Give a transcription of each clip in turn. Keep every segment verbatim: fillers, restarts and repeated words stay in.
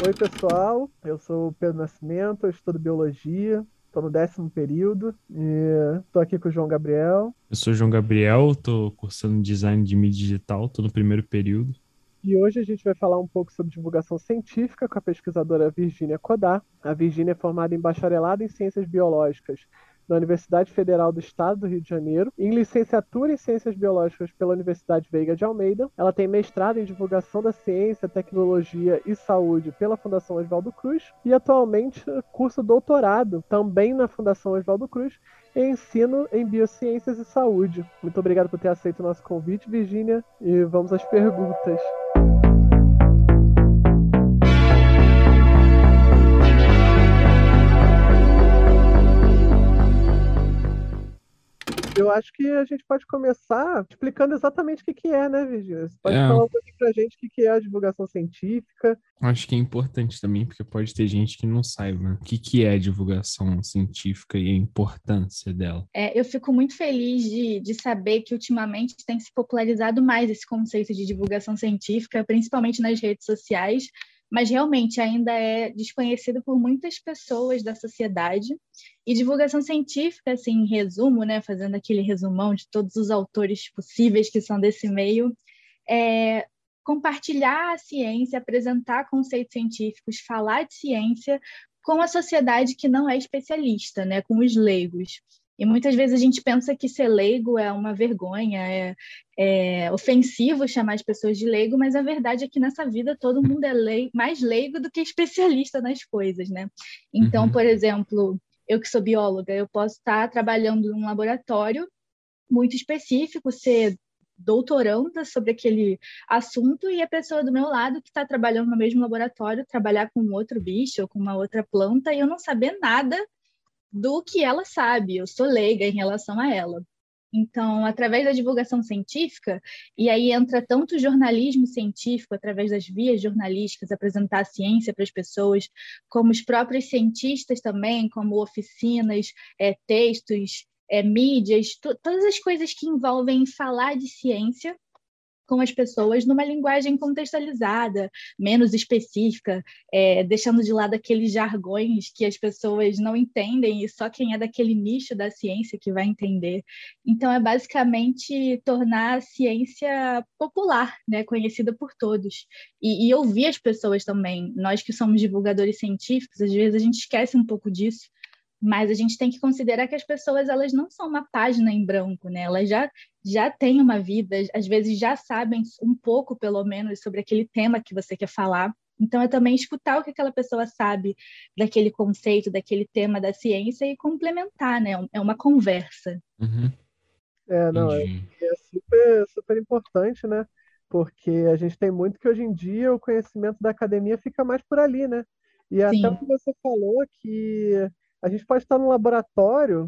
Oi, pessoal. Eu sou o Pedro Nascimento, eu estudo biologia, estou no décimo período e estou aqui com o João Gabriel. Eu sou João Gabriel, estou cursando design de mídia digital, estou no primeiro período. E hoje a gente vai falar um pouco sobre divulgação científica com a pesquisadora Virgínia Codar. A Virgínia é formada em bacharelado em Ciências Biológicas da Universidade Federal do Estado do Rio de Janeiro, em licenciatura em Ciências Biológicas pela Universidade Veiga de Almeida. Ela tem mestrado em Divulgação da Ciência, Tecnologia e Saúde pela Fundação Oswaldo Cruz e atualmente cursa doutorado também na Fundação Oswaldo Cruz em ensino em Biociências e Saúde. Muito obrigado por ter aceito o nosso convite, Virgínia, e vamos às perguntas. Eu acho que a gente pode começar explicando exatamente o que que é, né, Virgínia? Você pode É, falar um pouquinho pra gente o que que é a divulgação científica? acho que é importante também, porque pode ter gente que não saiba, né, o que que é divulgação científica e a importância dela. É, eu fico muito feliz de, de saber que ultimamente tem se popularizado mais esse conceito de divulgação científica, principalmente nas redes sociais, mas realmente ainda é desconhecido por muitas pessoas da sociedade. E divulgação científica, assim, em resumo, né, fazendo aquele resumão de todos os autores possíveis que são desse meio, é compartilhar a ciência, apresentar conceitos científicos, falar de ciência com a sociedade que não é especialista, né, com os leigos. E muitas vezes a gente pensa que ser leigo é uma vergonha, é, é ofensivo chamar as pessoas de leigo, mas a verdade é que nessa vida todo mundo é leigo, mais leigo do que especialista nas coisas, né? Então, Uhum. por exemplo, eu que sou bióloga, eu posso estar trabalhando num laboratório muito específico, ser doutoranda sobre aquele assunto e a pessoa do meu lado que está trabalhando no mesmo laboratório trabalhar com outro bicho ou com uma outra planta e eu não saber nada do que ela sabe, eu sou leiga em relação a ela. Então, através da divulgação científica, e aí entra tanto o jornalismo científico, através das vias jornalísticas, apresentar a ciência para as pessoas, como os próprios cientistas também, como oficinas, é, textos, é, mídias, todas as coisas que envolvem falar de ciência com as pessoas numa linguagem contextualizada, menos específica, é, deixando de lado aqueles jargões que as pessoas não entendem e só quem é daquele nicho da ciência que vai entender. Então, é basicamente tornar a ciência popular, né, conhecida por todos. E, e ouvir as pessoas também. Nós que somos divulgadores científicos, às vezes a gente esquece um pouco disso, mas a gente tem que considerar que as pessoas elas não são uma página em branco, né? Elas já, já têm uma vida, às vezes já sabem um pouco, pelo menos, sobre aquele tema que você quer falar. Então, é também escutar o que aquela pessoa sabe daquele conceito, daquele tema da ciência e complementar, né? É uma conversa. Uhum. É, não, é, Entendi. é super, super importante, né? Porque a gente tem muito que hoje em dia o conhecimento da academia fica mais por ali, né? E até o Sim. que você falou que a gente pode estar no laboratório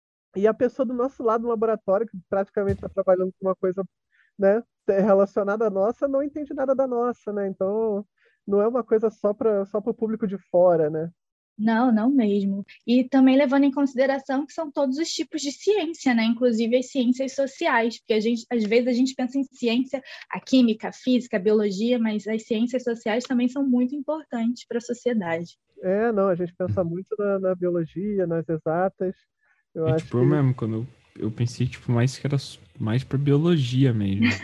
e a pessoa do nosso lado no laboratório, que praticamente está trabalhando com uma coisa, né, relacionada à nossa, não entende nada da nossa, né? Então, não é uma coisa só para só para o público de fora, né? Não, não mesmo. E também levando em consideração que são todos os tipos de ciência, né? Inclusive as ciências sociais, porque a gente, às vezes a gente pensa em ciência, a química, a física, a biologia, mas as ciências sociais também são muito importantes para a sociedade. É, não, a gente pensa muito na, na biologia, nas exatas. Eu É acho tipo eu que mesmo, quando eu, eu pensei tipo mais que era s- mais pra biologia mesmo.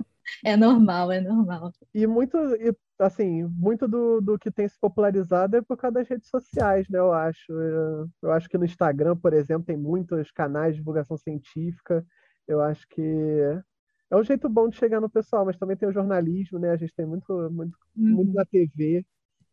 É normal, é normal. e muito e, assim, muito do, do que tem se popularizado é por causa das redes sociais, né? Eu acho. Eu, eu acho que no Instagram, por exemplo, tem muitos canais de divulgação científica. Eu acho que é um jeito bom de chegar no pessoal, mas também tem o jornalismo, né? A gente tem muito, muito, muito na Uhum. T V.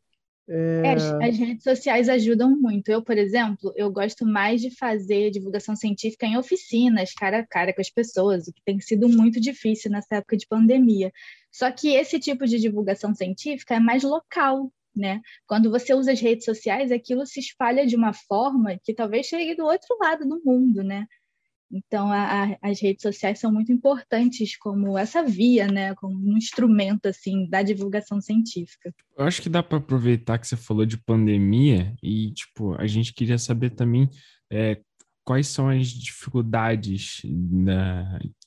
É, as, as redes sociais ajudam muito. Eu, por exemplo, eu gosto mais de fazer divulgação científica em oficinas, cara a cara com as pessoas, o que tem sido muito difícil nessa época de pandemia. Só que esse tipo de divulgação científica é mais local, né? Quando você usa as redes sociais, aquilo se espalha de uma forma que talvez chegue do outro lado do mundo, né? Então, a, a, as redes sociais são muito importantes como essa via, né? Como um instrumento, assim, da divulgação científica. Eu acho que dá pra aproveitar que você falou de pandemia e tipo, a gente queria saber também é, quais são as dificuldades da,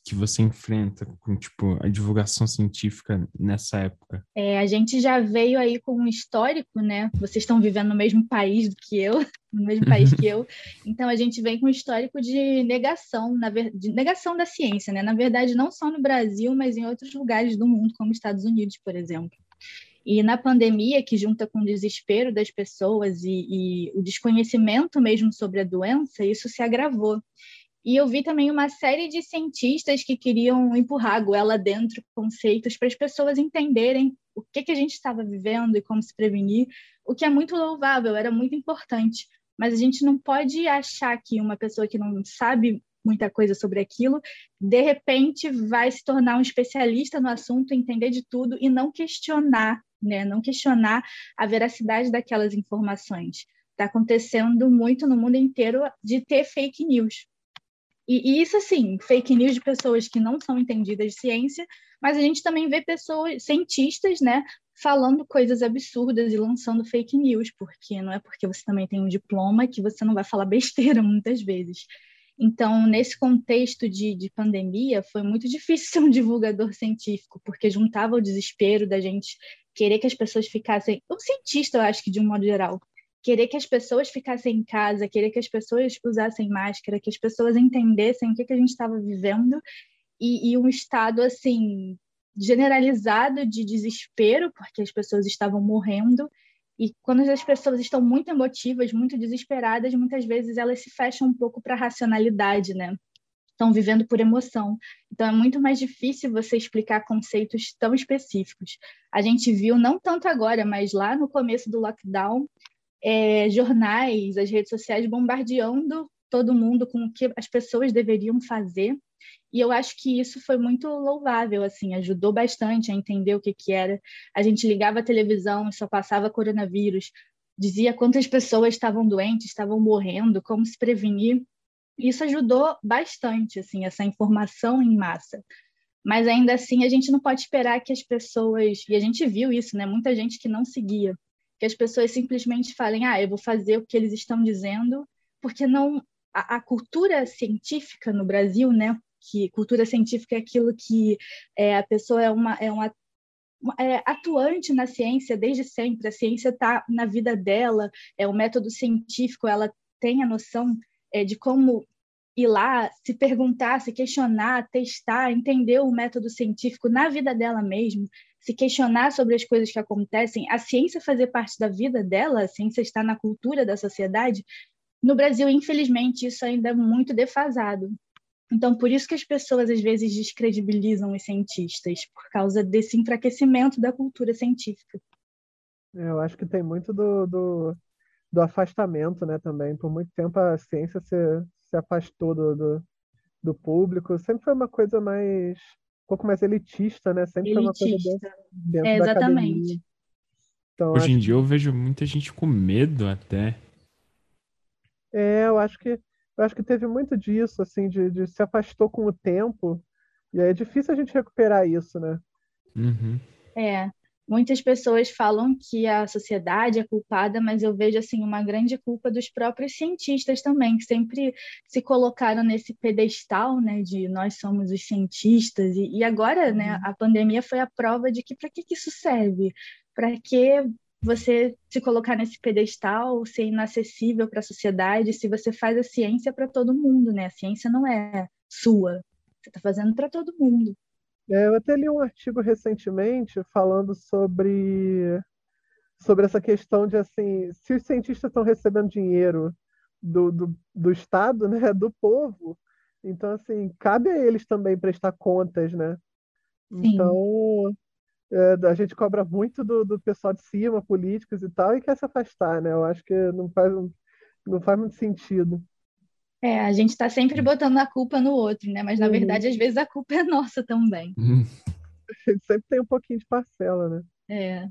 que você enfrenta com, tipo, a divulgação científica nessa época? É, a gente já veio aí com um histórico, né? Vocês estão vivendo no mesmo país do que eu, no mesmo país que eu. Então, a gente vem com um histórico de negação, na ver... de negação da ciência, né? Na verdade, não só no Brasil, mas em outros lugares do mundo, como Estados Unidos, por exemplo. E na pandemia, que junta com o desespero das pessoas e, e o desconhecimento mesmo sobre a doença, isso se agravou. E eu vi também uma série de cientistas que queriam empurrar a goela dentro conceitos para as pessoas entenderem o que, que a gente estava vivendo e como se prevenir, o que é muito louvável, era muito importante. Mas a gente não pode achar que uma pessoa que não sabe muita coisa sobre aquilo, de repente vai se tornar um especialista no assunto, entender de tudo e não questionar, né? Não questionar a veracidade daquelas informações. Está acontecendo muito no mundo inteiro de ter fake news. E, e isso, assim, fake news de pessoas que não são entendidas de ciência, mas a gente também vê pessoas, cientistas, né, falando coisas absurdas e lançando fake news, porque não é porque você também tem um diploma que você não vai falar besteira muitas vezes. Então, nesse contexto de, de pandemia, foi muito difícil ser um divulgador científico, porque juntava o desespero da gente querer que as pessoas ficassem... Um cientista, eu acho que de um modo geral, querer que as pessoas ficassem em casa, querer que as pessoas usassem máscara, que as pessoas entendessem o que, que a gente estava vivendo, e, e um estado, assim, generalizado de desespero, porque as pessoas estavam morrendo, e quando as pessoas estão muito emotivas, muito desesperadas, muitas vezes elas se fecham um pouco para a racionalidade, né? Estão vivendo por emoção. Então, é muito mais difícil você explicar conceitos tão específicos. A gente viu, não tanto agora, mas lá no começo do lockdown, É, jornais, as redes sociais bombardeando todo mundo com o que as pessoas deveriam fazer, e eu acho que isso foi muito louvável, assim, ajudou bastante a entender o que, que era. A gente ligava a televisão e só passava coronavírus, dizia quantas pessoas estavam doentes, estavam morrendo, como se prevenir. Isso ajudou bastante, assim, essa informação em massa. Mas ainda assim, a gente não pode esperar que as pessoas, e a gente viu isso, né? Muita gente que não seguia, que as pessoas simplesmente falem, ah, eu vou fazer o que eles estão dizendo, porque não a, a cultura científica no Brasil, né? Que cultura científica é aquilo que é, a pessoa é uma, é uma é, atuante na ciência desde sempre, a ciência está na vida dela, é o método científico, ela tem a noção é, de como ir lá, se perguntar, se questionar, testar, entender o método científico na vida dela mesmo, se questionar sobre as coisas que acontecem, a ciência fazer parte da vida dela, a ciência está na cultura da sociedade. No Brasil, infelizmente, isso ainda é muito defasado. Então, por isso que as pessoas, às vezes, descredibilizam os cientistas, por causa desse enfraquecimento da cultura científica. Eu acho que tem muito do, do, do afastamento, né, também. Por muito tempo a ciência se, se afastou do, do, do público. Sempre foi uma coisa mais... um pouco mais elitista, né? Sempre foi uma coisa dentro, Elitista. dentro É, da academia. exatamente. Então, Hoje acho em que... dia eu vejo muita gente com medo até. É, eu acho que eu acho que teve muito disso, assim, de, de se afastou com o tempo, e aí é difícil a gente recuperar isso, né? Uhum. É, muitas pessoas falam que a sociedade é culpada, mas eu vejo assim uma grande culpa dos próprios cientistas também, que sempre se colocaram nesse pedestal, né, de nós somos os cientistas. E, e agora, né, a pandemia foi a prova de que para que que isso serve? Para que você se colocar nesse pedestal, ser inacessível para a sociedade, se você faz a ciência para todo mundo, né? A ciência não é sua, você está fazendo para todo mundo. É, eu até li um artigo recentemente falando sobre, sobre essa questão de, assim, se os cientistas estão recebendo dinheiro do, do, do Estado, né, do povo, então, assim, cabe a eles também prestar contas, né? Sim. Então, é, a gente cobra muito do, do pessoal de cima, políticos e tal, e quer se afastar, né? Eu acho que não faz, não faz muito sentido. É, a gente está sempre botando a culpa no outro, né? Mas na Uhum. verdade, às vezes a culpa é nossa também. Uhum. A gente sempre tem um pouquinho de parcela, né? É,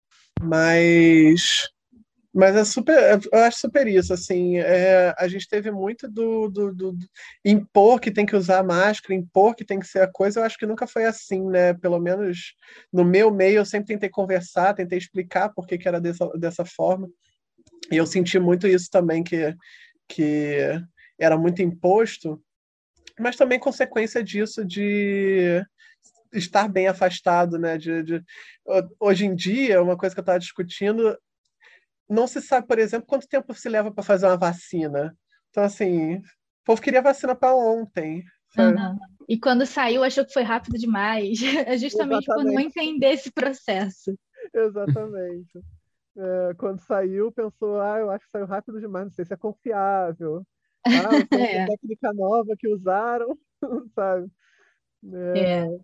Mas, mas é super, eu acho super isso, assim, é, a gente teve muito do, do, do, do impor que tem que usar máscara, impor que tem que ser a coisa, eu acho que nunca foi assim, né? Pelo menos no meu meio eu sempre tentei conversar, tentei explicar por que que era dessa, dessa forma, e eu senti muito isso também, que, que era muito imposto, mas também consequência disso de estar bem afastado, né? De, de... Hoje em dia, uma coisa que eu estava discutindo, não se sabe, por exemplo, quanto tempo se leva para fazer uma vacina. Então, assim, o povo queria vacina para ontem, sabe? Uhum. E quando saiu, achou que foi rápido demais. É justamente por não Exatamente. entender esse processo. Exatamente. É, quando saiu, pensou, ah, eu acho que saiu rápido demais, não sei se é confiável. Ah, foi uma É, técnica nova que usaram, sabe? É, é.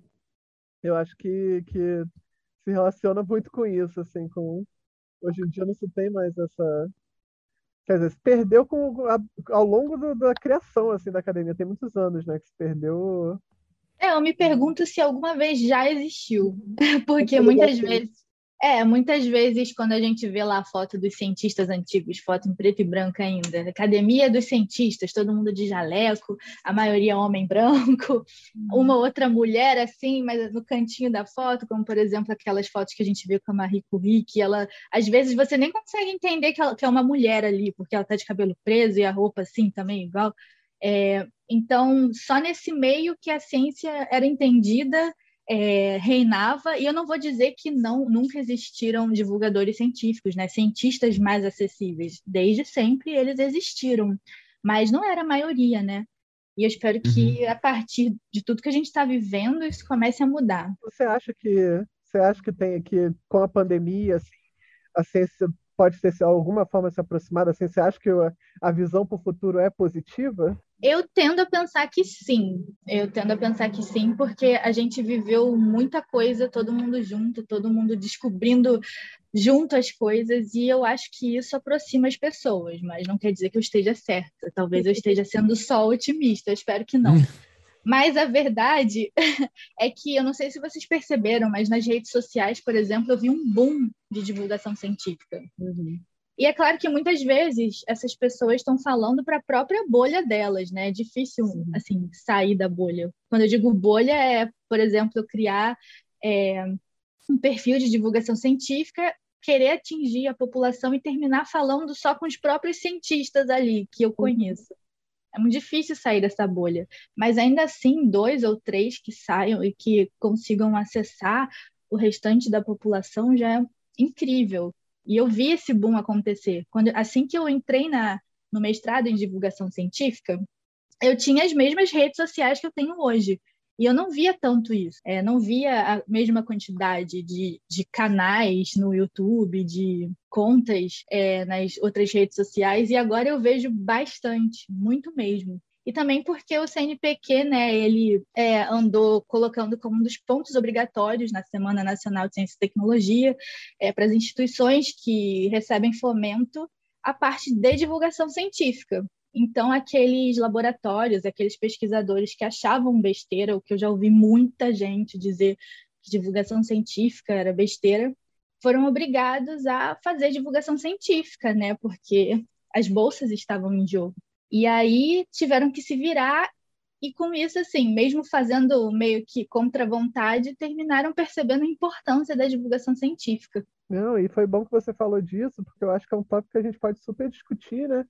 eu acho que, que se relaciona muito com isso, assim, com... Hoje em dia não se tem mais essa... Quer dizer, se perdeu com, a- ao longo do- da criação, assim, da academia. Tem muitos anos, né, que se perdeu... É, eu me pergunto se alguma vez já existiu, porque Naquele lugar muitas assim. vezes, é, muitas vezes quando a gente vê lá a foto dos cientistas antigos, foto em preto e branco ainda, Academia dos Cientistas, todo mundo de jaleco, a maioria homem branco, uma outra mulher assim, mas no cantinho da foto, como por exemplo aquelas fotos que a gente vê com a Marie Curie, que ela, às vezes você nem consegue entender que, ela, que é uma mulher ali, porque ela tá de cabelo preso e a roupa assim também igual. É, então, só nesse meio que a ciência era entendida, é, reinava, e eu não vou dizer que não, nunca existiram divulgadores científicos, né? Cientistas mais acessíveis. Desde sempre eles existiram, mas não era a maioria, né? E eu espero que, Uhum. a partir de tudo que a gente está vivendo, isso comece a mudar. Você acha que, você acha que tem que, com a pandemia, assim, a ciência pode ter, de alguma forma, se aproximado? Assim, você acha que a, a visão para o futuro é positiva? Eu tendo a pensar que sim, eu tendo a pensar que sim, porque a gente viveu muita coisa, todo mundo junto, todo mundo descobrindo junto as coisas, e eu acho que isso aproxima as pessoas, mas não quer dizer que eu esteja certa, talvez eu esteja sendo só otimista, eu espero que não. Mas a verdade é que, eu não sei se vocês perceberam, mas nas redes sociais, por exemplo, eu vi um boom de divulgação científica. Uhum. E é claro que muitas vezes essas pessoas estão falando para a própria bolha delas, né? É difícil, assim, sair da bolha. Quando eu digo bolha, é, por exemplo, criar é, um perfil de divulgação científica, querer atingir a população e terminar falando só com os próprios cientistas ali que eu conheço. É muito difícil sair dessa bolha. Mas ainda assim, dois ou três que saiam e que consigam acessar o restante da população já é incrível. E eu vi esse boom acontecer. Quando, assim que eu entrei na, no mestrado em divulgação científica, eu tinha as mesmas redes sociais que eu tenho hoje. E eu não via tanto isso. É, não via a mesma quantidade de, de canais no YouTube, de contas é, nas outras redes sociais. E agora eu vejo bastante, muito mesmo. E também porque o C N P Q, né, ele é, andou colocando como um dos pontos obrigatórios na Semana Nacional de Ciência e Tecnologia é, para as instituições que recebem fomento a parte de divulgação científica. Então, aqueles laboratórios, aqueles pesquisadores que achavam besteira, o que eu já ouvi muita gente dizer que divulgação científica era besteira, foram obrigados a fazer divulgação científica, né? Porque as bolsas estavam em jogo. E aí tiveram que se virar e com isso, assim, mesmo fazendo meio que contra a vontade, terminaram percebendo a importância da divulgação científica. Não, e foi bom que você falou disso, porque eu acho que é um tópico que a gente pode super discutir, né?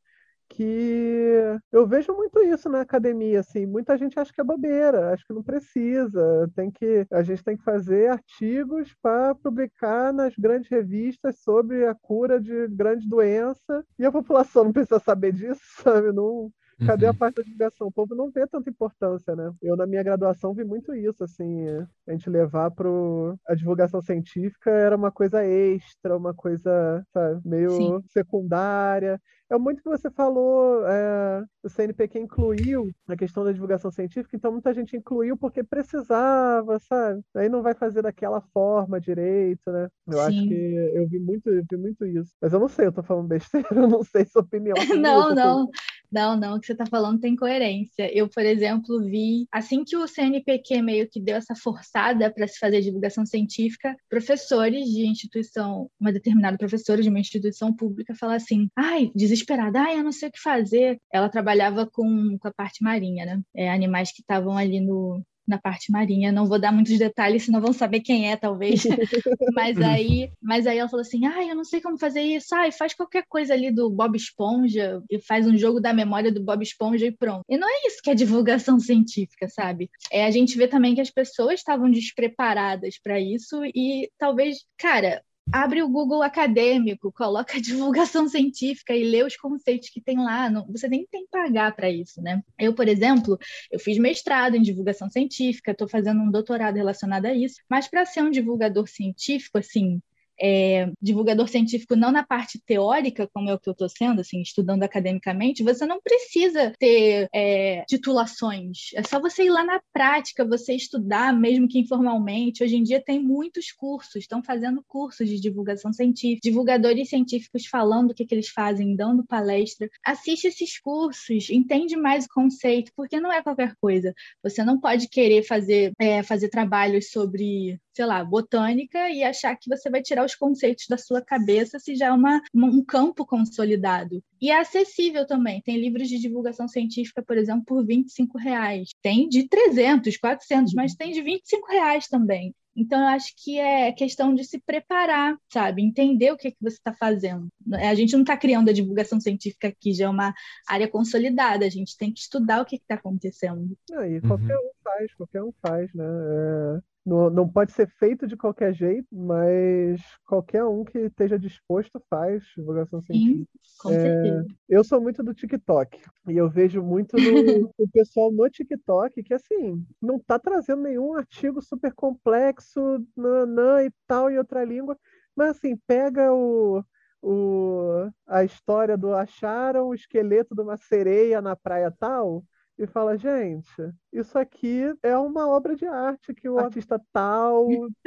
Que eu vejo muito isso na academia, assim, muita gente acha que é bobeira, acha que não precisa, tem que, a gente tem que fazer artigos para publicar nas grandes revistas sobre a cura de grande doença, e a população não precisa saber disso, sabe? Não, cadê a Uhum. parte da divulgação? O povo não vê tanta importância, né? Eu, na minha graduação, vi muito isso, assim, a gente levar para a divulgação científica era uma coisa extra, uma coisa, sabe, Sim. meio secundária. É muito o que você falou, é, o C N P Q incluiu a questão da divulgação científica, então muita gente incluiu porque precisava, sabe? Aí não vai fazer daquela forma direito, né? Eu acho que Sim. eu vi muito, eu vi muito isso. Mas eu não sei, eu tô falando besteira, eu não sei sua opinião sobre Não, isso. não, não, não, o que você está falando tem coerência. Eu, por exemplo, vi, assim que o C N P Q meio que deu essa forçada para se fazer divulgação científica, professores de instituição, uma determinada professora de uma instituição pública fala assim, ai, desesperada, ai, eu não sei o que fazer. Ela trabalhava com, com a parte marinha, né? É, animais que estavam ali no, na parte marinha. Não vou dar muitos detalhes, senão vão saber quem é, talvez. mas, aí, mas aí ela falou assim, ah, eu não sei como fazer isso. Ah, faz qualquer coisa ali do Bob Esponja e faz um jogo da memória do Bob Esponja e pronto. E não é isso que é divulgação científica, sabe? É, a gente vê também que as pessoas estavam despreparadas para isso e talvez, cara... Abre o Google acadêmico, coloca a divulgação científica e lê os conceitos que tem lá. Não, você nem tem que pagar para isso, né? Eu, por exemplo, eu fiz mestrado em divulgação científica, estou fazendo um doutorado relacionado a isso, mas para ser um divulgador científico, assim, é, divulgador científico não na parte teórica, como é o que eu estou sendo, assim, estudando academicamente, você não precisa ter é, titulações. É só você ir lá na prática, você estudar, mesmo que informalmente. Hoje em dia tem muitos cursos, estão fazendo cursos de divulgação científica, divulgadores científicos falando o que, que eles fazem, dando palestra. Assiste esses cursos, entende mais o conceito, porque não é qualquer coisa. Você não pode querer fazer, é, fazer trabalhos sobre, sei lá, botânica e achar que você vai tirar os conceitos da sua cabeça se já é uma, um campo consolidado. E é acessível também. Tem livros de divulgação científica, por exemplo, por vinte e cinco reais. Tem de trezentos, quatrocentos, mas tem de vinte e cinco reais também. Então, eu acho que é questão de se preparar, sabe? Entender o que, é que você está fazendo. A gente não está criando a divulgação científica aqui, já é uma área consolidada. A gente tem que estudar o que está acontecendo. Aí, qualquer um faz, qualquer um faz, né? É, não, não pode ser feito de qualquer jeito, mas qualquer um que esteja disposto faz divulgação científica. Sim, com certeza. É, eu sou muito do TikTok e eu vejo muito no, o pessoal no TikTok que, assim, não está trazendo nenhum artigo super complexo, nanã e tal, em outra língua, mas, assim, pega o, o, a história do acharam o esqueleto de uma sereia na praia tal e fala, gente, isso aqui é uma obra de arte que o artista tal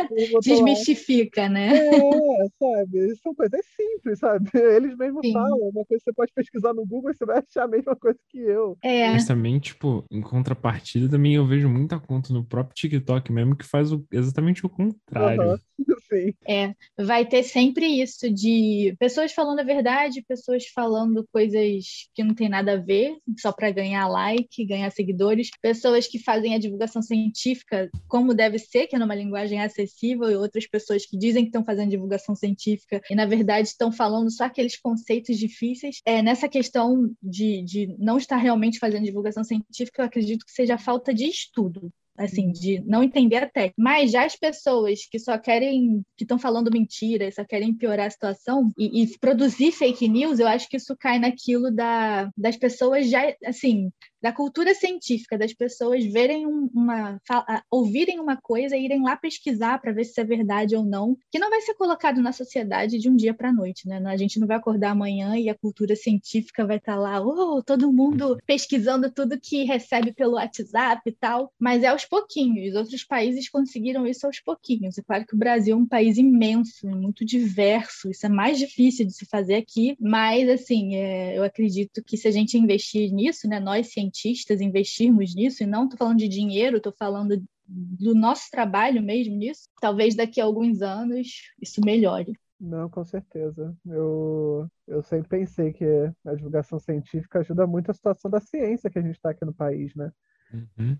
desmistifica, né? É, sabe? São coisas simples, sabe? Eles mesmos Sim. falam, uma coisa que você pode pesquisar no Google e você vai achar a mesma coisa que eu. É. Mas também, tipo, em contrapartida, também eu vejo muita conta no próprio TikTok mesmo que faz o, exatamente o contrário. Uhum. Sim. É, vai ter sempre isso de pessoas falando a verdade, pessoas falando coisas que não tem nada a ver, só para ganhar like, ganhar seguidores, pessoas que fazem a divulgação científica como deve ser, que é numa linguagem acessível, e outras pessoas que dizem que estão fazendo divulgação científica e, na verdade, estão falando só aqueles conceitos difíceis. É, nessa questão de, de não estar realmente fazendo divulgação científica, eu acredito que seja falta de estudo. Assim, de não entender a técnica. Mas já as pessoas que só querem, que estão falando mentira, só querem piorar a situação e, e produzir fake news, eu acho que isso cai naquilo da, das pessoas já, assim, da cultura científica, das pessoas verem um, uma, ouvirem uma coisa e irem lá pesquisar para ver se é verdade ou não, que não vai ser colocado na sociedade de um dia para a noite, né? A gente não vai acordar amanhã e a cultura científica vai estar lá, oh, todo mundo pesquisando tudo que recebe pelo WhatsApp e tal, mas é aos pouquinhos. Outros países conseguiram isso aos pouquinhos. É claro que o Brasil é um país imenso, muito diverso, isso é mais difícil de se fazer aqui, mas, assim, é, eu acredito que se a gente investir nisso, né, nós cientistas investirmos nisso, e não estou falando de dinheiro, estou falando do nosso trabalho mesmo nisso, talvez daqui a alguns anos isso melhore. Não, com certeza. Eu, eu sempre pensei que a divulgação científica ajuda muito a situação da ciência que a gente está aqui no país, né? Uhum.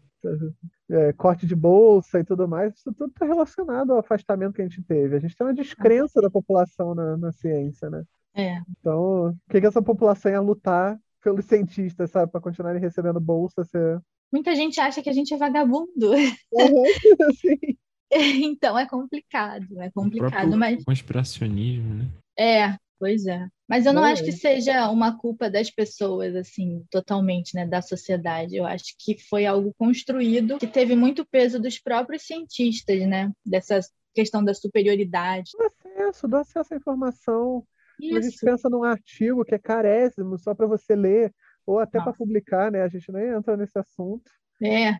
É, corte de bolsa e tudo mais, isso tudo está relacionado ao afastamento que a gente teve. A gente tem uma descrença da população na, na ciência, né? É. Então, o que, que essa população ia lutar pelos cientistas, sabe? Para continuarem recebendo bolsa. Ser... Muita gente acha que a gente é vagabundo. Uhum, sim. Então é complicado, é complicado. O mas conspiracionismo, né? É, pois é. Mas eu não Não acho é. que seja uma culpa das pessoas, assim, totalmente, né, da sociedade. Eu acho que foi algo construído que teve muito peso dos próprios cientistas, né? Dessa questão da superioridade. Do acesso, do acesso à informação. Quando a gente Isso. pensa num artigo que é carésimo só para você ler, ou até para Nossa. publicar, né? A gente nem entra nesse assunto. É,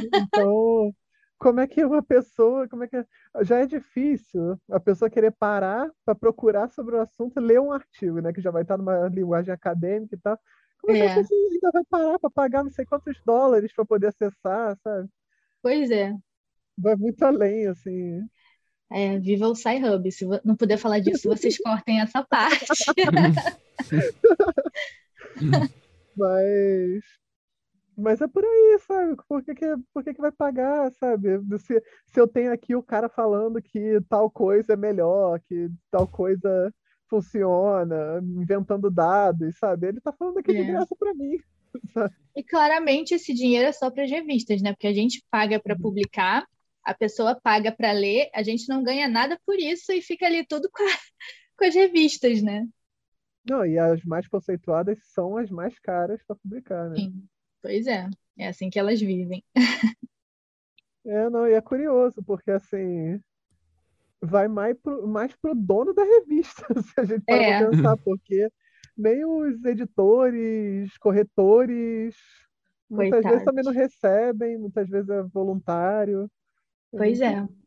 Então, como é que uma pessoa, como é que já é difícil a pessoa querer parar para procurar sobre o assunto, ler um artigo, né, que já vai estar numa linguagem acadêmica e tal. Como é que a é. pessoa ainda vai parar para pagar não sei quantos dólares para poder acessar, sabe? Pois é. Vai muito além, assim. É, viva o Sci-Hub. Se vo- não puder falar disso, vocês cortem essa parte. Mas Mas é por aí, sabe? Por que que, por que que vai pagar, sabe? Se, se eu tenho aqui o cara falando que tal coisa é melhor, que tal coisa funciona, inventando dados, sabe? Ele tá falando aqui de É. graça pra mim, sabe? E claramente esse dinheiro é só para as revistas, né? Porque a gente paga para Uhum. publicar, a pessoa paga para ler, a gente não ganha nada por isso e fica ali tudo com, a- com as revistas, né? Não, e as mais conceituadas são as mais caras para publicar, né? Sim. Pois é, é assim que elas vivem. É, não, e é curioso, porque assim, vai mais pro, mais pro dono da revista, se a gente parar pra É, pensar, porque nem os editores, corretores, muitas vezes também não coitados. recebem, muitas vezes é voluntário. É Pois muito é,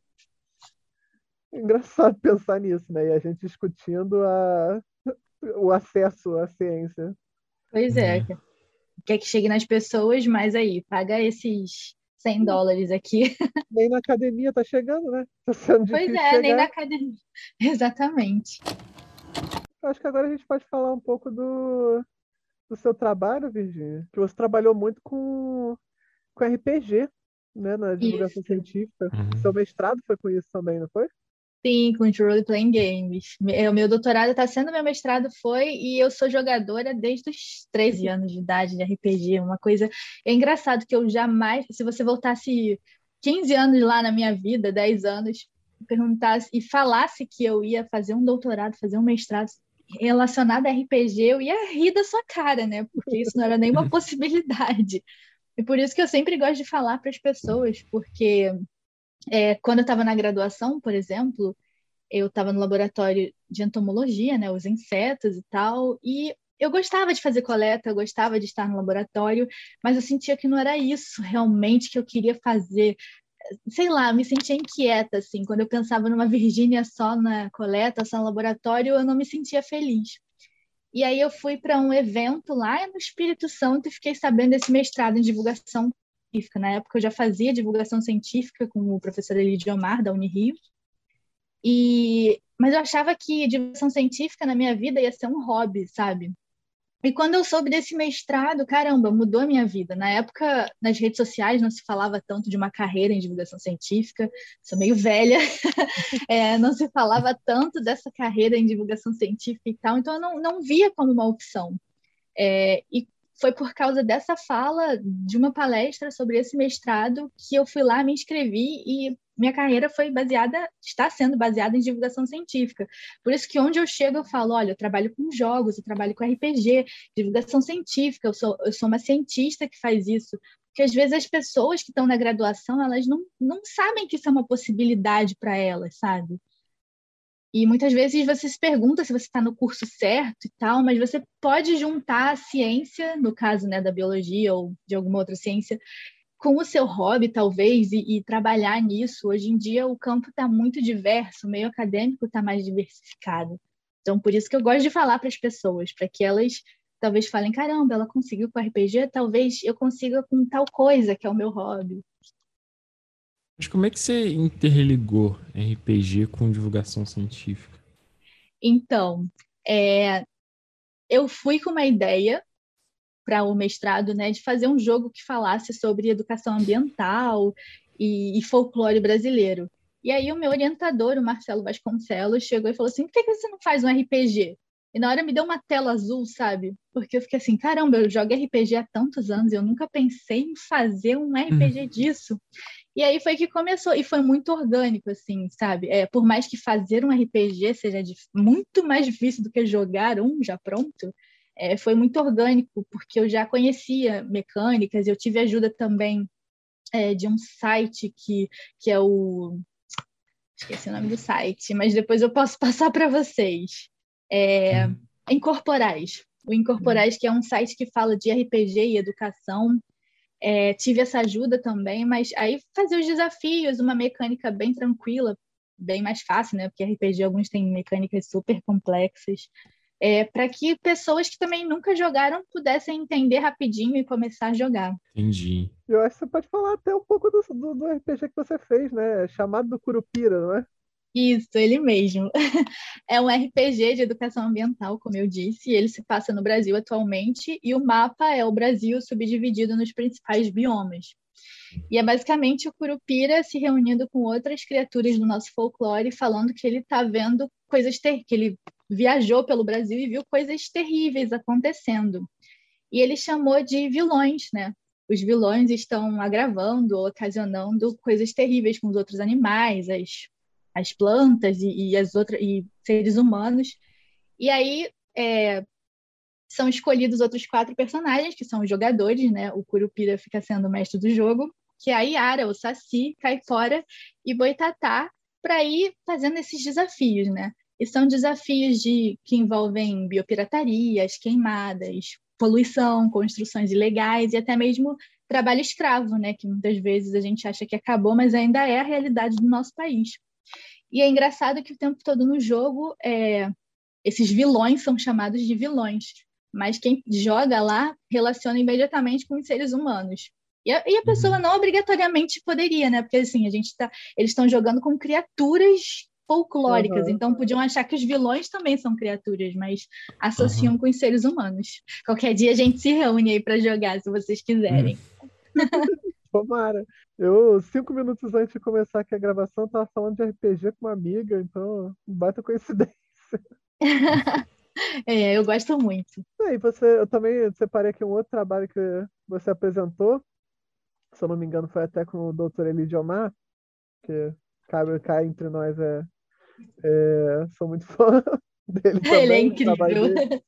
engraçado pensar nisso, né? E a gente discutindo a, o acesso à ciência. pois é. É. Quer que chegue nas pessoas, mas aí, paga esses cem dólares aqui. Nem na academia tá chegando, né? Tá sendo Pois difícil é, nem na chegar. academia. Exatamente. Eu acho que agora a gente pode falar um pouco do, do seu trabalho, Virginia, que você trabalhou muito com, com R P G, né, na divulgação Isso. científica. Seu Uhum. mestrado foi com isso também, não foi? Sim, com os role-playing games. Me- O meu doutorado está sendo, meu mestrado foi, e eu sou jogadora desde os treze anos de idade de R P G. Uma coisa. É engraçado que eu jamais, se você voltasse quinze anos lá na minha vida, dez anos, perguntasse e falasse que eu ia fazer um doutorado, fazer um mestrado relacionado a R P G, eu ia rir da sua cara, né? Porque isso não era nenhuma possibilidade. E por isso que eu sempre gosto de falar para as pessoas, porque é, quando eu estava na graduação, por exemplo, eu estava no laboratório de entomologia, né, os insetos e tal, e eu gostava de fazer coleta, eu gostava de estar no laboratório, mas eu sentia que não era isso realmente que eu queria fazer. Sei lá, eu me sentia inquieta, assim, quando eu pensava numa Virgínia só na coleta, só no laboratório, eu não me sentia feliz. E aí eu fui para um evento lá no Espírito Santo e fiquei sabendo desse mestrado em divulgação científica. Na época eu já fazia divulgação científica com o professor Elidio Omar, da Unirio, e, mas eu achava que divulgação científica na minha vida ia ser um hobby, sabe? E quando eu soube desse mestrado, caramba, mudou a minha vida. Na época, nas redes sociais não se falava tanto de uma carreira em divulgação científica, sou meio velha, é, não se falava tanto dessa carreira em divulgação científica e tal, então eu não, não via como uma opção. É, e foi por causa dessa fala de uma palestra sobre esse mestrado que eu fui lá, me inscrevi e minha carreira foi baseada, está sendo baseada em divulgação científica. Por isso que onde eu chego eu falo, olha, eu trabalho com jogos, eu trabalho com R P G, divulgação científica, eu sou, eu sou uma cientista que faz isso. Porque às vezes as pessoas que estão na graduação, elas não, não sabem que isso é uma possibilidade para elas, sabe? E muitas vezes você se pergunta se você está no curso certo e tal, mas você pode juntar a ciência, no caso, né, da biologia ou de alguma outra ciência, com o seu hobby, talvez, e, e trabalhar nisso. Hoje em dia o campo está muito diverso, o meio acadêmico está mais diversificado. Então, por isso que eu gosto de falar para as pessoas, para que elas talvez falem, caramba, ela conseguiu com R P G, talvez eu consiga com tal coisa, que é o meu hobby. Mas como é que você interligou R P G com divulgação científica? Então, é, eu fui com uma ideia para o mestrado, né, de fazer um jogo que falasse sobre educação ambiental e, e folclore brasileiro. E aí o meu orientador, o Marcelo Vasconcelos, chegou e falou assim, por que que você não faz um R P G? E na hora me deu uma tela azul, sabe? Porque eu fiquei assim, caramba, eu jogo R P G há tantos anos e eu nunca pensei em fazer um R P G disso. E aí foi que começou, e foi muito orgânico, assim, sabe? É, por mais que fazer um R P G seja dif- muito mais difícil do que jogar um já pronto, é, foi muito orgânico, porque eu já conhecia mecânicas, eu tive ajuda também é, de um site que, que é o. Esqueci o nome do site, mas depois eu posso passar para vocês. É, Uhum. Incorporais. O Incorporais, que é um site que fala de R P G e educação. É, tive essa ajuda também, mas aí fazer os desafios, uma mecânica bem tranquila, bem mais fácil, né? Porque R P G alguns têm mecânicas super complexas, é, para que pessoas que também nunca jogaram pudessem entender rapidinho e começar a jogar. Entendi. Eu acho que você pode falar até um pouco do, do, do R P G que você fez, né? Chamado do Curupira, não é? Isso, ele mesmo. É um R P G de educação ambiental, como eu disse, e ele se passa no Brasil atualmente, e o mapa é o Brasil subdividido nos principais biomas. E é basicamente o Curupira se reunindo com outras criaturas do nosso folclore, falando que ele está vendo coisas ter... que ele viajou pelo Brasil e viu coisas terríveis acontecendo. E ele chamou de vilões, né? Os vilões estão agravando ou ocasionando coisas terríveis com os outros animais, as, as plantas e, e, as outras, e seres humanos. E aí é, são escolhidos outros quatro personagens, que são os jogadores, né? O Curupira fica sendo o mestre do jogo, que é a Yara, o Saci, Caipora e Boitatá, para ir fazendo esses desafios, né? E são desafios de, que envolvem biopiratarias, queimadas, poluição, construções ilegais e até mesmo trabalho escravo, né? Que muitas vezes a gente acha que acabou, mas ainda é a realidade do nosso país. E é engraçado que o tempo todo no jogo, é, esses vilões são chamados de vilões, mas quem joga lá relaciona imediatamente com os seres humanos. E a, e a pessoa não obrigatoriamente poderia, né? Porque assim, a gente tá, eles estão jogando com criaturas folclóricas, Uhum. então podiam achar que os vilões também são criaturas, mas associam Uhum. com os seres humanos. Qualquer dia a gente se reúne aí para jogar, se vocês quiserem. Tomara. Eu, cinco minutos antes de começar aqui a gravação, tava falando de R P G com uma amiga, então, baita coincidência. É, eu gosto muito. E você, eu também separei aqui um outro trabalho que você apresentou, se eu não me engano, foi até com o doutor Elidio Omar, que cabe, cai entre nós, é, é, sou muito fã dele Ele é também, do trabalho incrível. dele.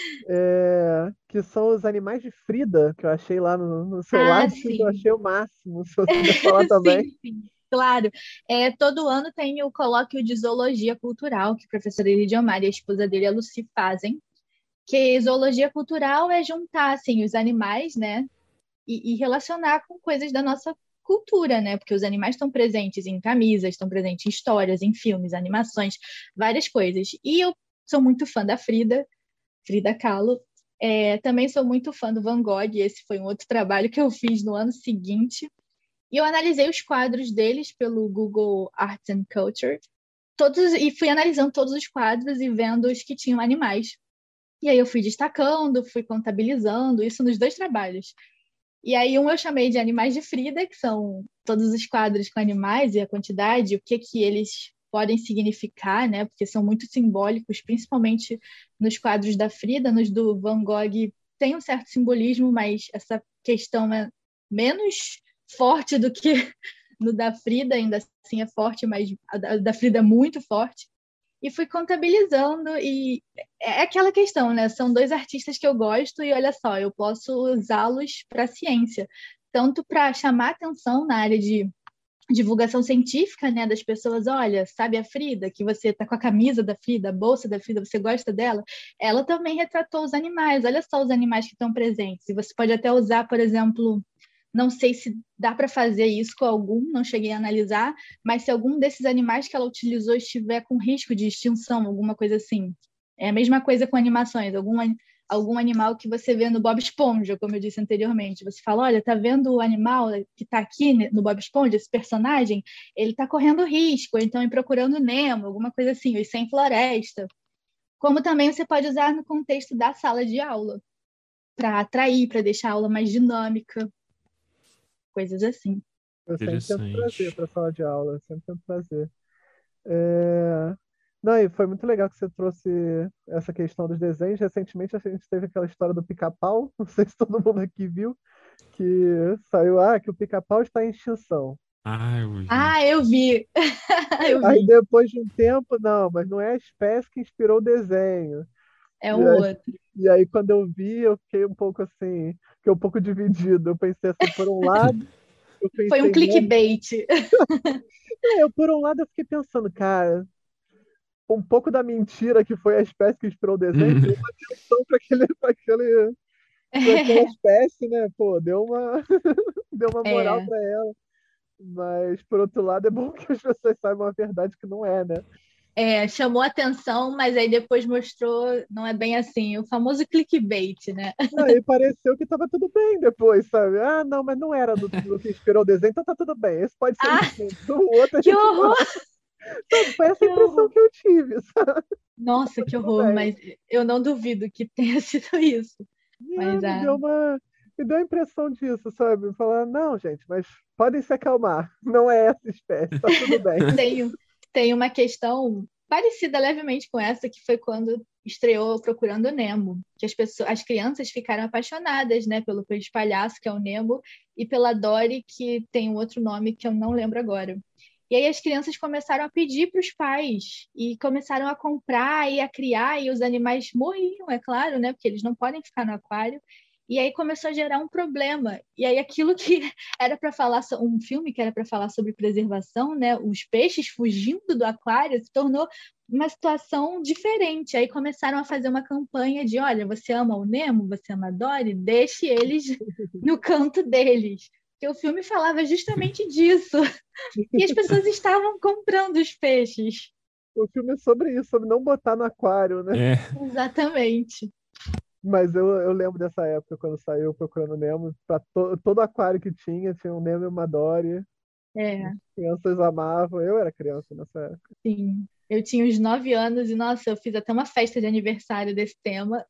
É, que são os animais de Frida, que eu achei lá no, no seu Ah, live, que eu sim. achei o máximo, se você puder falar também. Sim, sim. Claro. É, todo ano tem o colóquio de zoologia cultural, que o professor Elidio Omar e a esposa dele, a Lucy, fazem. Que zoologia cultural é juntar assim, os animais, né? E, e relacionar com coisas da nossa cultura, né? Porque os animais estão presentes em camisas, estão presentes em histórias, em filmes, animações, várias coisas. E eu sou muito fã da Frida, Frida Kahlo. É, também sou muito fã do Van Gogh, esse foi um outro trabalho que eu fiz no ano seguinte. E eu analisei os quadros deles pelo Google Arts and Culture, todos, e fui analisando todos os quadros e vendo os que tinham animais. E aí eu fui destacando, fui contabilizando, isso nos dois trabalhos. E aí um eu chamei de Animais de Frida, que são todos os quadros com animais e a quantidade, o que que eles podem significar, né? Porque são muito simbólicos, principalmente nos quadros da Frida, nos do Van Gogh tem um certo simbolismo, mas essa questão é menos forte do que no da Frida, ainda assim é forte, mas a da Frida é muito forte. E fui contabilizando, e é aquela questão, né? São dois artistas que eu gosto, e olha só, eu posso usá-los para a ciência, tanto para chamar atenção na área de divulgação científica, né? Das pessoas, olha, sabe a Frida, que você tá com a camisa da Frida, a bolsa da Frida, você gosta dela? Ela também retratou os animais, olha só os animais que estão presentes. E você pode até usar, por exemplo, não sei se dá para fazer isso com algum, não cheguei a analisar, mas se algum desses animais que ela utilizou estiver com risco de extinção, alguma coisa assim. É a mesma coisa com animações, algum, algum animal que você vê no Bob Esponja, como eu disse anteriormente. Você fala, olha, tá vendo o animal que está aqui no Bob Esponja, esse personagem? Ele está correndo risco, ou então ir procurando Nemo, alguma coisa assim, ou sem floresta. Como também você pode usar no contexto da sala de aula, para atrair, para deixar a aula mais dinâmica. Coisas assim. Eu sempre tento trazer Interessante. para a sala de aula, eu sempre tento trazer. É... Não, e foi muito legal que você trouxe essa questão dos desenhos. Recentemente a gente teve aquela história do pica-pau, não sei se todo mundo aqui viu, que saiu, ah, que o pica-pau está em extinção. Ah, eu vi. Ah, eu vi. eu Aí vi. depois de um tempo, não, mas não é a espécie que inspirou o desenho. É E um aí, outro. e aí quando eu vi, eu fiquei um pouco assim, fiquei um pouco dividido. Eu pensei assim, por um lado, eu Foi um pensei, não, clickbait. eu, por um lado eu fiquei pensando, cara, um pouco da mentira que foi a espécie que inspirou o desenho, deu uma atenção para aquele, para aquele, para aquela espécie, né? Pô, deu uma, deu uma moral É, para ela. Mas, por outro lado, é bom que as pessoas saibam a verdade que não é, né? é, chamou atenção, mas aí depois mostrou, não é bem assim, o famoso clickbait, né? Aí pareceu que tava tudo bem depois, sabe? Ah, não, mas não era do, do que inspirou o desenho, então tá tudo bem. Esse pode ser Ah, extinto. O outro a que gente horror! mata. Sabe, foi essa Que impressão horror. que eu tive, sabe? Nossa, que Tudo horror, bem. mas eu não duvido que tenha sido isso. É, Mas me ah, deu uma, me deu a impressão disso, sabe? Falar, não, gente, mas podem se acalmar. Não é essa espécie, tá tudo bem. tem, tem uma questão parecida levemente com essa, que foi quando estreou Procurando Nemo, que as pessoas, as crianças ficaram apaixonadas, né, pelo peixe palhaço, que é o Nemo, e pela Dory, que tem um outro nome que eu não lembro agora. E aí as crianças começaram a pedir para os pais e começaram a comprar e a criar, e os animais morriam, é claro, né, porque eles não podem ficar no aquário. E aí começou a gerar um problema. E aí aquilo que era para falar, so- um filme que era para falar sobre preservação, né, os peixes fugindo do aquário, se tornou uma situação diferente. Aí começaram a fazer uma campanha de, olha, você ama o Nemo, você ama a Dory, deixe eles no canto deles. Porque o filme falava justamente disso. E as pessoas estavam comprando os peixes. O filme é sobre isso, sobre não botar no aquário, né? É, Exatamente. Mas eu, eu lembro dessa época, quando saiu Procurando Nemo, pra to- todo aquário que tinha, tinha um Nemo e uma Dory. É, Crianças amavam. Eu era criança nessa época. sim. Eu tinha uns nove anos e, nossa, eu fiz até uma festa de aniversário desse tema.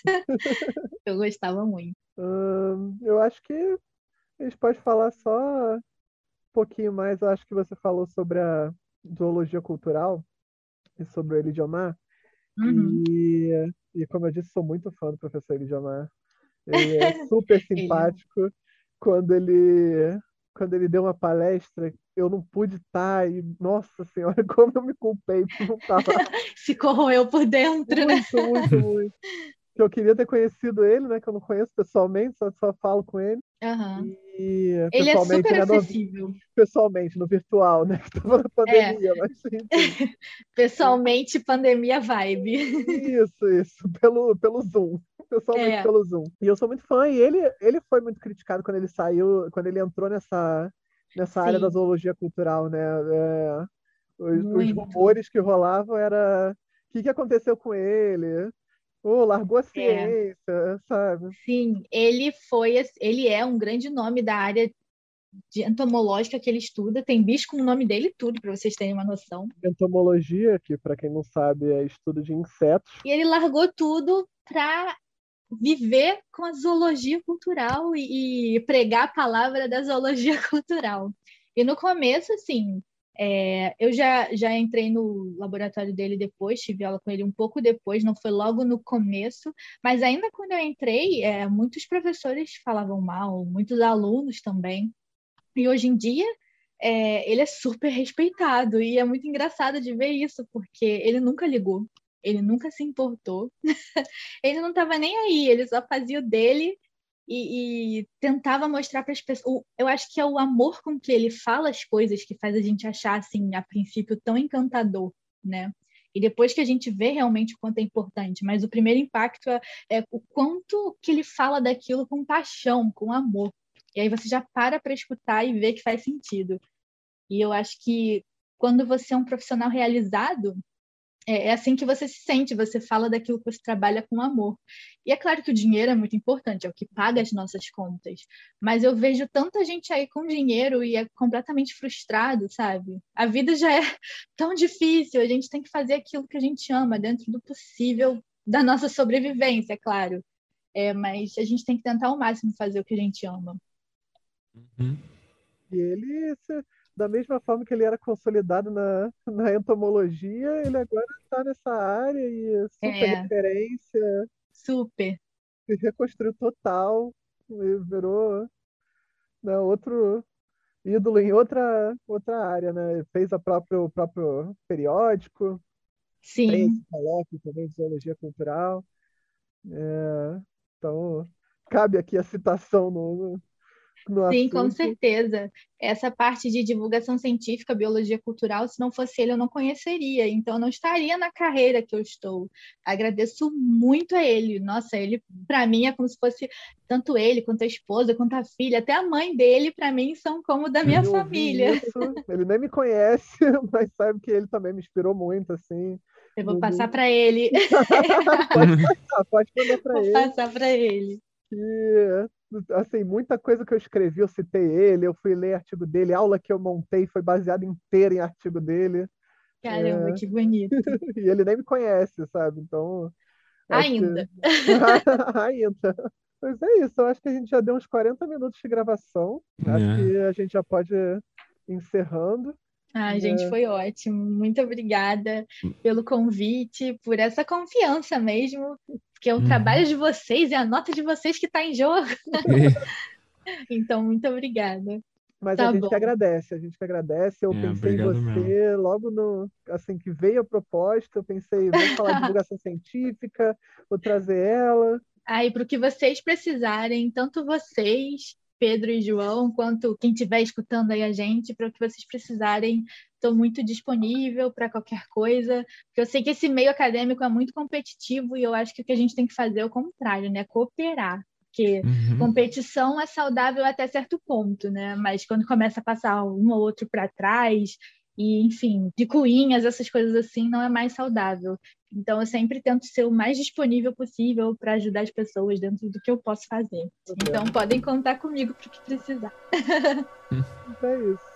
Eu gostava muito. Hum, eu acho que a gente pode falar só um pouquinho mais. Eu acho que você falou sobre a zoologia cultural e sobre o Elidiomar. Uhum. E, e como eu disse, sou muito fã do professor Elidiomar. Ele é super Ele é- simpático. Quando ele, quando ele deu uma palestra, eu não pude estar. E, nossa Senhora, como eu me culpei por não estar lá. se corroeu por dentro, né? Muito, muito, muito. Que eu queria ter conhecido ele, né? Que eu não conheço pessoalmente, só, só falo com ele. Aham. E Ele é pessoalmente, super né? No, acessível. pessoalmente, no virtual, né? Que tava na É, pandemia, mas enfim. pessoalmente, pandemia vibe. Isso, isso, pelo, pelo Zoom. Pessoalmente É, pelo Zoom. E eu sou muito fã, e ele, ele foi muito criticado quando ele saiu, quando ele entrou nessa, nessa área da sim, zoologia cultural, né? É, os, os muito. rumores que rolavam era o que, que aconteceu com ele? Oh, largou a É, ciência, sabe? sim, ele foi, ele é um grande nome da área de entomológica que ele estuda. Tem bicho com o nome dele e tudo, para vocês terem uma noção. Entomologia, que para quem não sabe é estudo de insetos. E ele largou tudo para viver com a zoologia cultural e, e pregar a palavra da zoologia cultural. E no começo, assim, é, eu já, já entrei no laboratório dele depois, tive aula com ele um pouco depois, não foi logo no começo, mas ainda quando eu entrei, é, muitos professores falavam mal, muitos alunos também. E hoje em dia, é, ele é super respeitado e é muito engraçado de ver isso, porque ele nunca ligou, ele nunca se importou, ele não estava nem aí, ele só fazia o dele e, e tentava mostrar para as pessoas. Eu acho que é o amor com que ele fala as coisas que faz a gente achar, assim, a princípio, tão encantador, né? E depois que a gente vê realmente o quanto é importante, mas o primeiro impacto é, é o quanto que ele fala daquilo com paixão, com amor. E aí você já para para escutar e ver que faz sentido. E eu acho que quando você é um profissional realizado, é, é assim que você se sente, você fala daquilo que você trabalha com amor. E é claro que o dinheiro é muito importante, é o que paga as nossas contas. Mas eu vejo tanta gente aí com dinheiro e é completamente frustrado, sabe? A vida já é tão difícil, a gente tem que fazer aquilo que a gente ama, dentro do possível da nossa sobrevivência, é claro. É, mas a gente tem que tentar ao máximo fazer o que a gente ama. uhum. E ele, se- da mesma forma que ele era consolidado na, na entomologia, ele agora está nessa área e é super É, referência, super. se reconstruiu total, e virou, né, outro ídolo em outra, outra área, né? Fez a próprio, o próprio periódico, tem esse Sim. colóquio também de zoologia cultural. É, então, cabe aqui a citação no, no, no Sim, com assunto. certeza. Essa parte de divulgação científica, biologia cultural, se não fosse ele, eu não conheceria. Então, eu não estaria na carreira que eu estou. Agradeço muito a ele. Nossa, ele, para mim, é como se fosse tanto ele, quanto a esposa, quanto a filha, até a mãe dele, para mim, são como da minha Eu ouvi família. isso, ele nem me conhece, mas sabe que ele também me inspirou muito, assim. Eu vou no- passar no- para ele. Pode passar, pode mandar para Vou ele. passar para ele. E, assim, muita coisa que eu escrevi, eu citei ele, eu fui ler artigo dele, a aula que eu montei foi baseada inteira em artigo dele. Caramba, É. que bonito. E ele nem me conhece, sabe? Então. acho que- Ainda. Ainda. Pois é isso, eu acho que a gente já deu uns quarenta minutos de gravação. Acho É. que a gente já pode ir encerrando. Ai, gente, foi ótimo. Muito obrigada pelo convite, por essa confiança mesmo, porque o Uhum. trabalho de vocês é a nota de vocês que está em jogo. Então, muito obrigada. Mas Tá a gente bom. que agradece, a gente que agradece. Eu É, pensei em obrigado você mesmo. logo no, assim que veio a proposta, eu pensei, vamos falar de divulgação científica, vou trazer ela. Aí, para o que vocês precisarem, tanto vocês, Pedro e João, quanto quem estiver escutando aí a gente, para o que vocês precisarem, estou muito disponível para qualquer coisa, porque eu sei que esse meio acadêmico é muito competitivo e eu acho que o que a gente tem que fazer é o contrário, né? Cooperar. Porque Uhum. competição é saudável até certo ponto, né? Mas quando começa a passar um ou outro para trás, e, enfim, de cuinhas, essas coisas assim, não é mais saudável. Então, eu sempre tento ser o mais disponível possível para ajudar as pessoas dentro do que eu posso fazer. Então, podem contar comigo para o que precisar. Então é isso.